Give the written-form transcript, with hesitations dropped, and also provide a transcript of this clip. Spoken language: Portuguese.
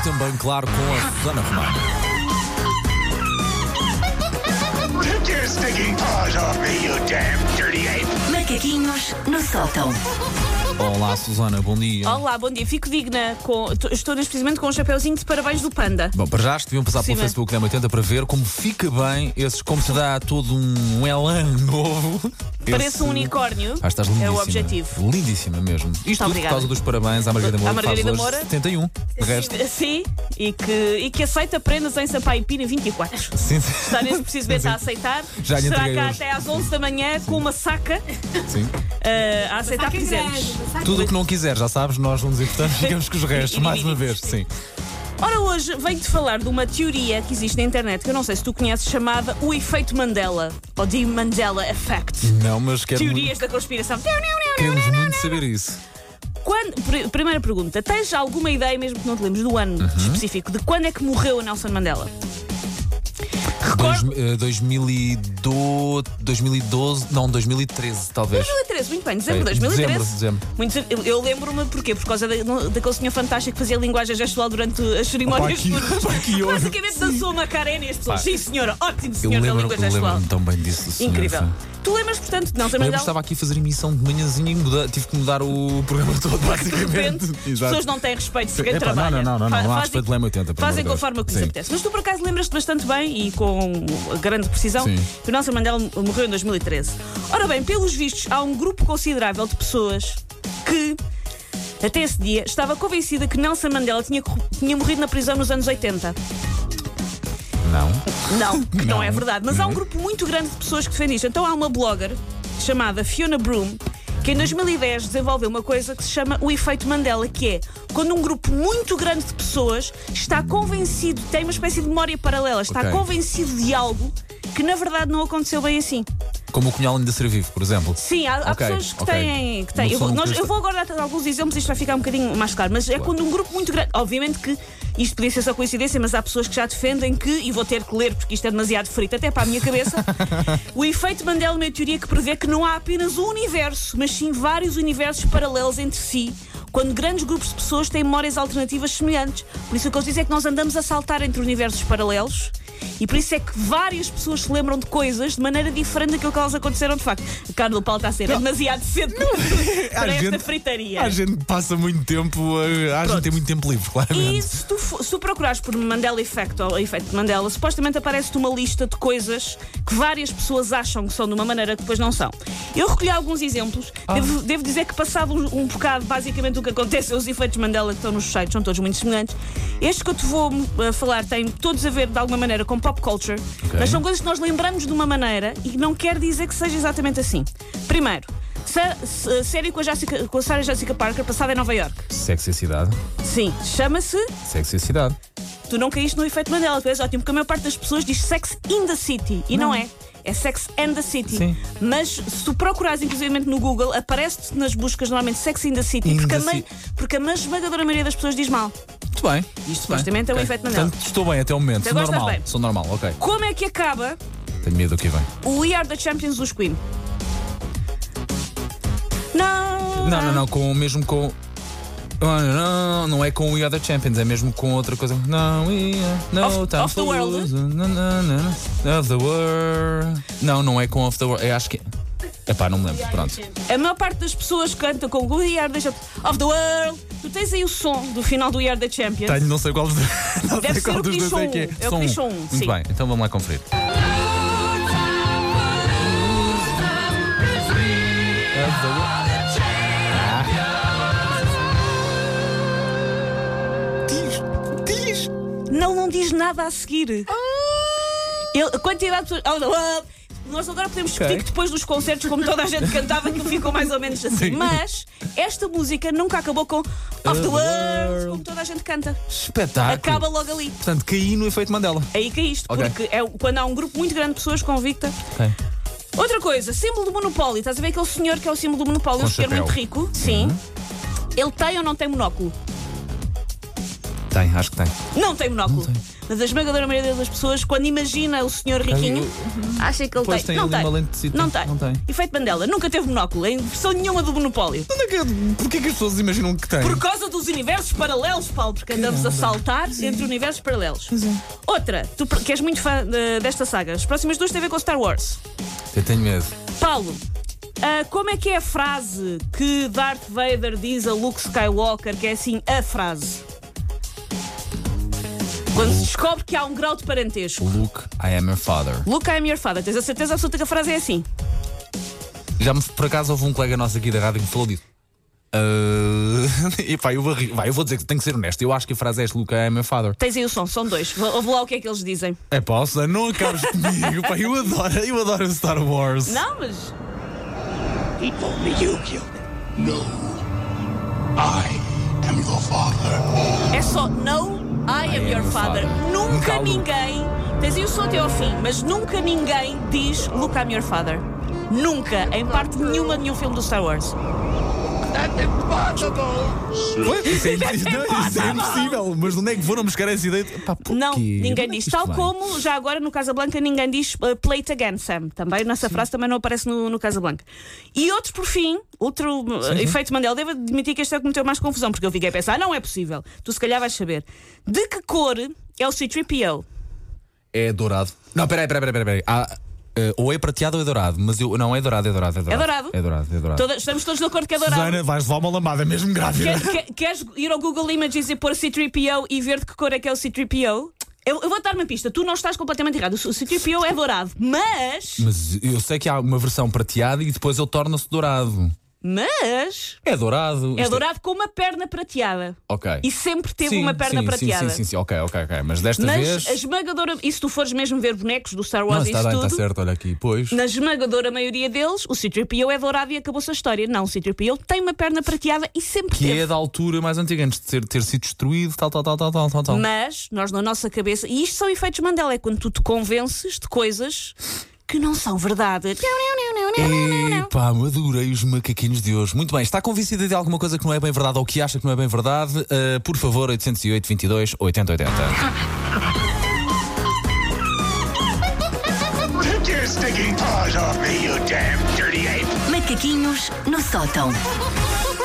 também, claro, com a Susana Romana. Take your stinking paws off me, you damn dirty ape! Macaquinhos no sótão. Olá, Susana, bom dia. Olá, bom dia. Fico digna estou neste precisamente com um chapeuzinho de parabéns do Panda. Bom, para já deviam passar pelo Sim, Facebook da 80 para ver como fica bem como te dá todo um elan novo. Parece um unicórnio. Estás lindíssima. É o objetivo. Lindíssima mesmo. Isto tudo obrigada. por causa dos parabéns à Margarida Moura. À Margarida que faz hoje Moura. 71. De resto. Sim, e que aceita prendas em Sampaio Pina 24. Sim, Está neste preciso momento a aceitar. Já lhe Estará entreguei cá hoje. até às 11 da manhã com uma saca sim. a aceitar presentes. Tudo o que não quiser, já sabes, nós não nos importamos, ficamos com os restos, mais uma vez. Sim. Ora, hoje venho-te falar de uma teoria que existe na internet, que eu não sei se tu conheces, chamada o efeito Mandela, ou The Mandela Effect. Não, mas Teorias da conspiração. queremos muito saber isso. Primeira pergunta: tens alguma ideia, mesmo que não te lembres do ano específico, de quando é que morreu a Nelson Mandela? 2012, não, 2013, talvez. 2013, muito bem, dezembro de Sei, 2013. dezembro. Eu lembro-me porquê? Por causa daquele senhor fantástico que fazia linguagem gestual durante as cerimónias fúnebres. Basicamente dançou uma Macarena e as pessoas. Sim, senhora, ótimo senhor da língua gestual. lembro-me tão bem disso, senhor. Incrível. Tu lembras, portanto, de Nelson Eu Mandela? estava aqui a fazer emissão de manhãzinha e tive que mudar o programa todo, De basicamente. repente, as pessoas não têm respeito por quem Epá, trabalha. não há respeito de Lema 80. pelo Fazem amor de Deus. conforme o que lhes Sim. apetece. Mas tu, por acaso, lembras-te bastante bem e com grande precisão Sim. que o Nelson Mandela morreu em 2013. Ora bem, pelos vistos, há um grupo considerável de pessoas que, até esse dia, estava convencida que Nelson Mandela tinha morrido na prisão nos anos 80. Não, que não é verdade. Mas há um grupo muito grande de pessoas que defendem isto. Então há uma blogger chamada Fiona Broom que em 2010 desenvolveu uma coisa que se chama o efeito Mandela, que é quando um grupo muito grande de pessoas está convencido, tem uma espécie de memória paralela, está Ok. convencido de algo que na verdade não aconteceu bem assim. Como o Cunhal ainda ser vivo, por exemplo. Sim, há Ok, pessoas que ok. têm. Não Eu são eu vou agora dar alguns exemplos, isto vai ficar um bocadinho mais claro, mas é quando um grupo muito grande. Obviamente que isto podia ser só coincidência, mas há pessoas que já defendem que, e vou ter que ler porque isto é demasiado frito até para a minha cabeça, o efeito Mandela é uma teoria que prevê que não há apenas um universo, mas sim vários universos paralelos entre si, quando grandes grupos de pessoas têm memórias alternativas semelhantes. Por isso o que eles dizem é que nós andamos a saltar entre universos paralelos. E por isso é que várias pessoas se lembram de coisas de maneira diferente daquilo que elas aconteceram de facto. A cara do Paulo está a ser demasiado cedo para esta fritaria. A gente passa muito tempo, a gente tem muito tempo livre, E claramente. se tu procurares por Mandela Effect ou efeito Mandela, supostamente aparece-te uma lista de coisas que várias pessoas acham que são de uma maneira que depois não são. Eu recolhi alguns exemplos. Devo dizer que, passado um bocado, basicamente o que acontece, os efeitos Mandela que estão nos sites são todos muito semelhantes. Estes que eu te vou falar têm todos a ver de alguma maneira com pop culture, mas são coisas que nós lembramos de uma maneira e não quer dizer que seja exatamente assim. Primeiro, série com a Sarah Jessica Parker, passada em Nova York. Sexy a cidade. Sim, chama-se. Sexy a cidade. Tu não caíste no efeito Mandela, tu és ótimo, porque a maior parte das pessoas diz Sex in the City e não é. É Sex and the City. Sim. Mas se tu procurares inclusive no Google, aparece-te nas buscas normalmente Sex in the City, porque a esmagadora maioria das pessoas diz mal. Muito bem. Isto supostamente é um efeito Mandela. Portanto, estou bem até o momento. Agora Sou estás normal. bem. Sou normal, ok. Como é que acaba Tenho medo do que vem. o We Are the Champions dos Queen? Não, mesmo com. Não é com We Are the Champions, é mesmo com outra coisa. Não, we are no time Of the for World. losing. Of the World. Não é com Of the World. Eu acho que. Epá, não me lembro. Pronto. A maior parte das pessoas canta com We Are the Champions of the World. Tu tens aí o som do final do We Are the Champions. Tenho, não sei qual dos não Deve sei ser qual o dos dois Clichon é que é. 1. É o Clichon 1, Muito sim. bem, então vamos lá conferir. Diz. Não diz nada a seguir. A quantidade de pessoas. Nós agora podemos discutir que depois dos concertos, como toda a gente cantava, que ficou mais ou menos assim. Sim. Mas esta música nunca acabou com Of the World, como toda a gente canta. Espetáculo. Acaba logo ali. Portanto, caí no efeito Mandela. Aí caíste, Ok. porque é quando há um grupo muito grande de pessoas convicta. Ok. Outra coisa, símbolo do monopólio. Estás a ver aquele senhor que é o símbolo do monopólio, Com um senhor chapéu. muito rico? Sim. Ele tem ou não tem monóculo? Tem, acho que tem. Não tem monóculo. Mas a esmagadora maioria das pessoas, quando imagina o senhor riquinho, acha que ele Pois tem. tem Não ali tem. uma lentecita. Não tem. Não tem. Efeito Mandela, nunca teve monóculo, em versão nenhuma do Monopólio. Porquê que as pessoas imaginam que tem? Por causa dos universos paralelos, Paulo, porque andamos a saltar entre universos paralelos. Outra, tu que és muito fã desta saga, as próximas duas têm a ver com Star Wars. Eu tenho medo. Paulo, como é que é a frase que Darth Vader diz a Luke Skywalker, que é assim a frase? Quando se descobre que há um grau de parentesco. Luke, I am your father. Luke, I am your father. Tens a certeza absoluta que a frase é assim? Por acaso houve um colega nosso aqui da rádio que me falou disso. E pá, eu vou dizer que tenho que ser honesto. Eu acho que a frase é este: Luke, I am your father. Tens aí o som, são dois. Ouve lá o que é que eles dizem. É posso? Não acabes comigo. Pá, eu adoro Star Wars. Não, mas. He told me you killed him. No. I am your father. É só no, I am your father. Nunca ninguém. Tens aí o som até ao fim, mas nunca ninguém diz Luke, I'm your father. Nunca, em parte nenhuma de nenhum filme do Star Wars. That's impossible. Isso é impossível. Mas de onde é que foram buscar essa ideia? Pá, porquê? Não, ninguém Onde é que diz. isto Tal vem? como, já agora no Casablanca, ninguém diz play it again, Sam. Também, nessa frase também não aparece no Casablanca. E outro, por fim, outro efeito Mandela. Devo admitir que este é o que me meteu mais confusão, porque eu fiquei a pensar, não é possível. Tu se calhar vais saber. De que cor é o C-3PO? É dourado. Não, peraí. Ou é prateado ou é dourado. Mas eu. Não, é dourado. É dourado? É dourado. Estamos todos de acordo que é dourado. Susana, vais levar uma lambada, mesmo grávida. Queres ir ao Google Images e pôr C-3PO e ver de que cor é que é o C-3PO? Eu vou dar uma pista, tu não estás completamente errado. O C-3PO é dourado, mas Eu sei que há uma versão prateada e depois ele torna-se dourado. É dourado. é dourado com uma perna prateada. Ok. E sempre teve uma perna prateada. Sim. Ok. Mas desta Mas vez. a esmagadora, e se tu fores mesmo ver bonecos do Star Wars Não, e isso está bem, tudo, está certo, olha aqui. Pois. na esmagadora maioria deles, o C-3PO é dourado e acabou-se a história. Não, o C-3PO tem uma perna prateada e sempre Que teve. é da altura mais antiga, antes de ter sido destruído, tal. Mas nós na nossa cabeça, e isto são efeitos Mandela, é quando tu te convences de coisas que não são verdade. Epá, adorei os macaquinhos de hoje. Muito bem, está convencida de alguma coisa que não é bem verdade ou que acha que não é bem verdade? Por favor, 808 22 80 80. Take your stinking paws off me, you damn dirty ape! Macaquinhos no sótão.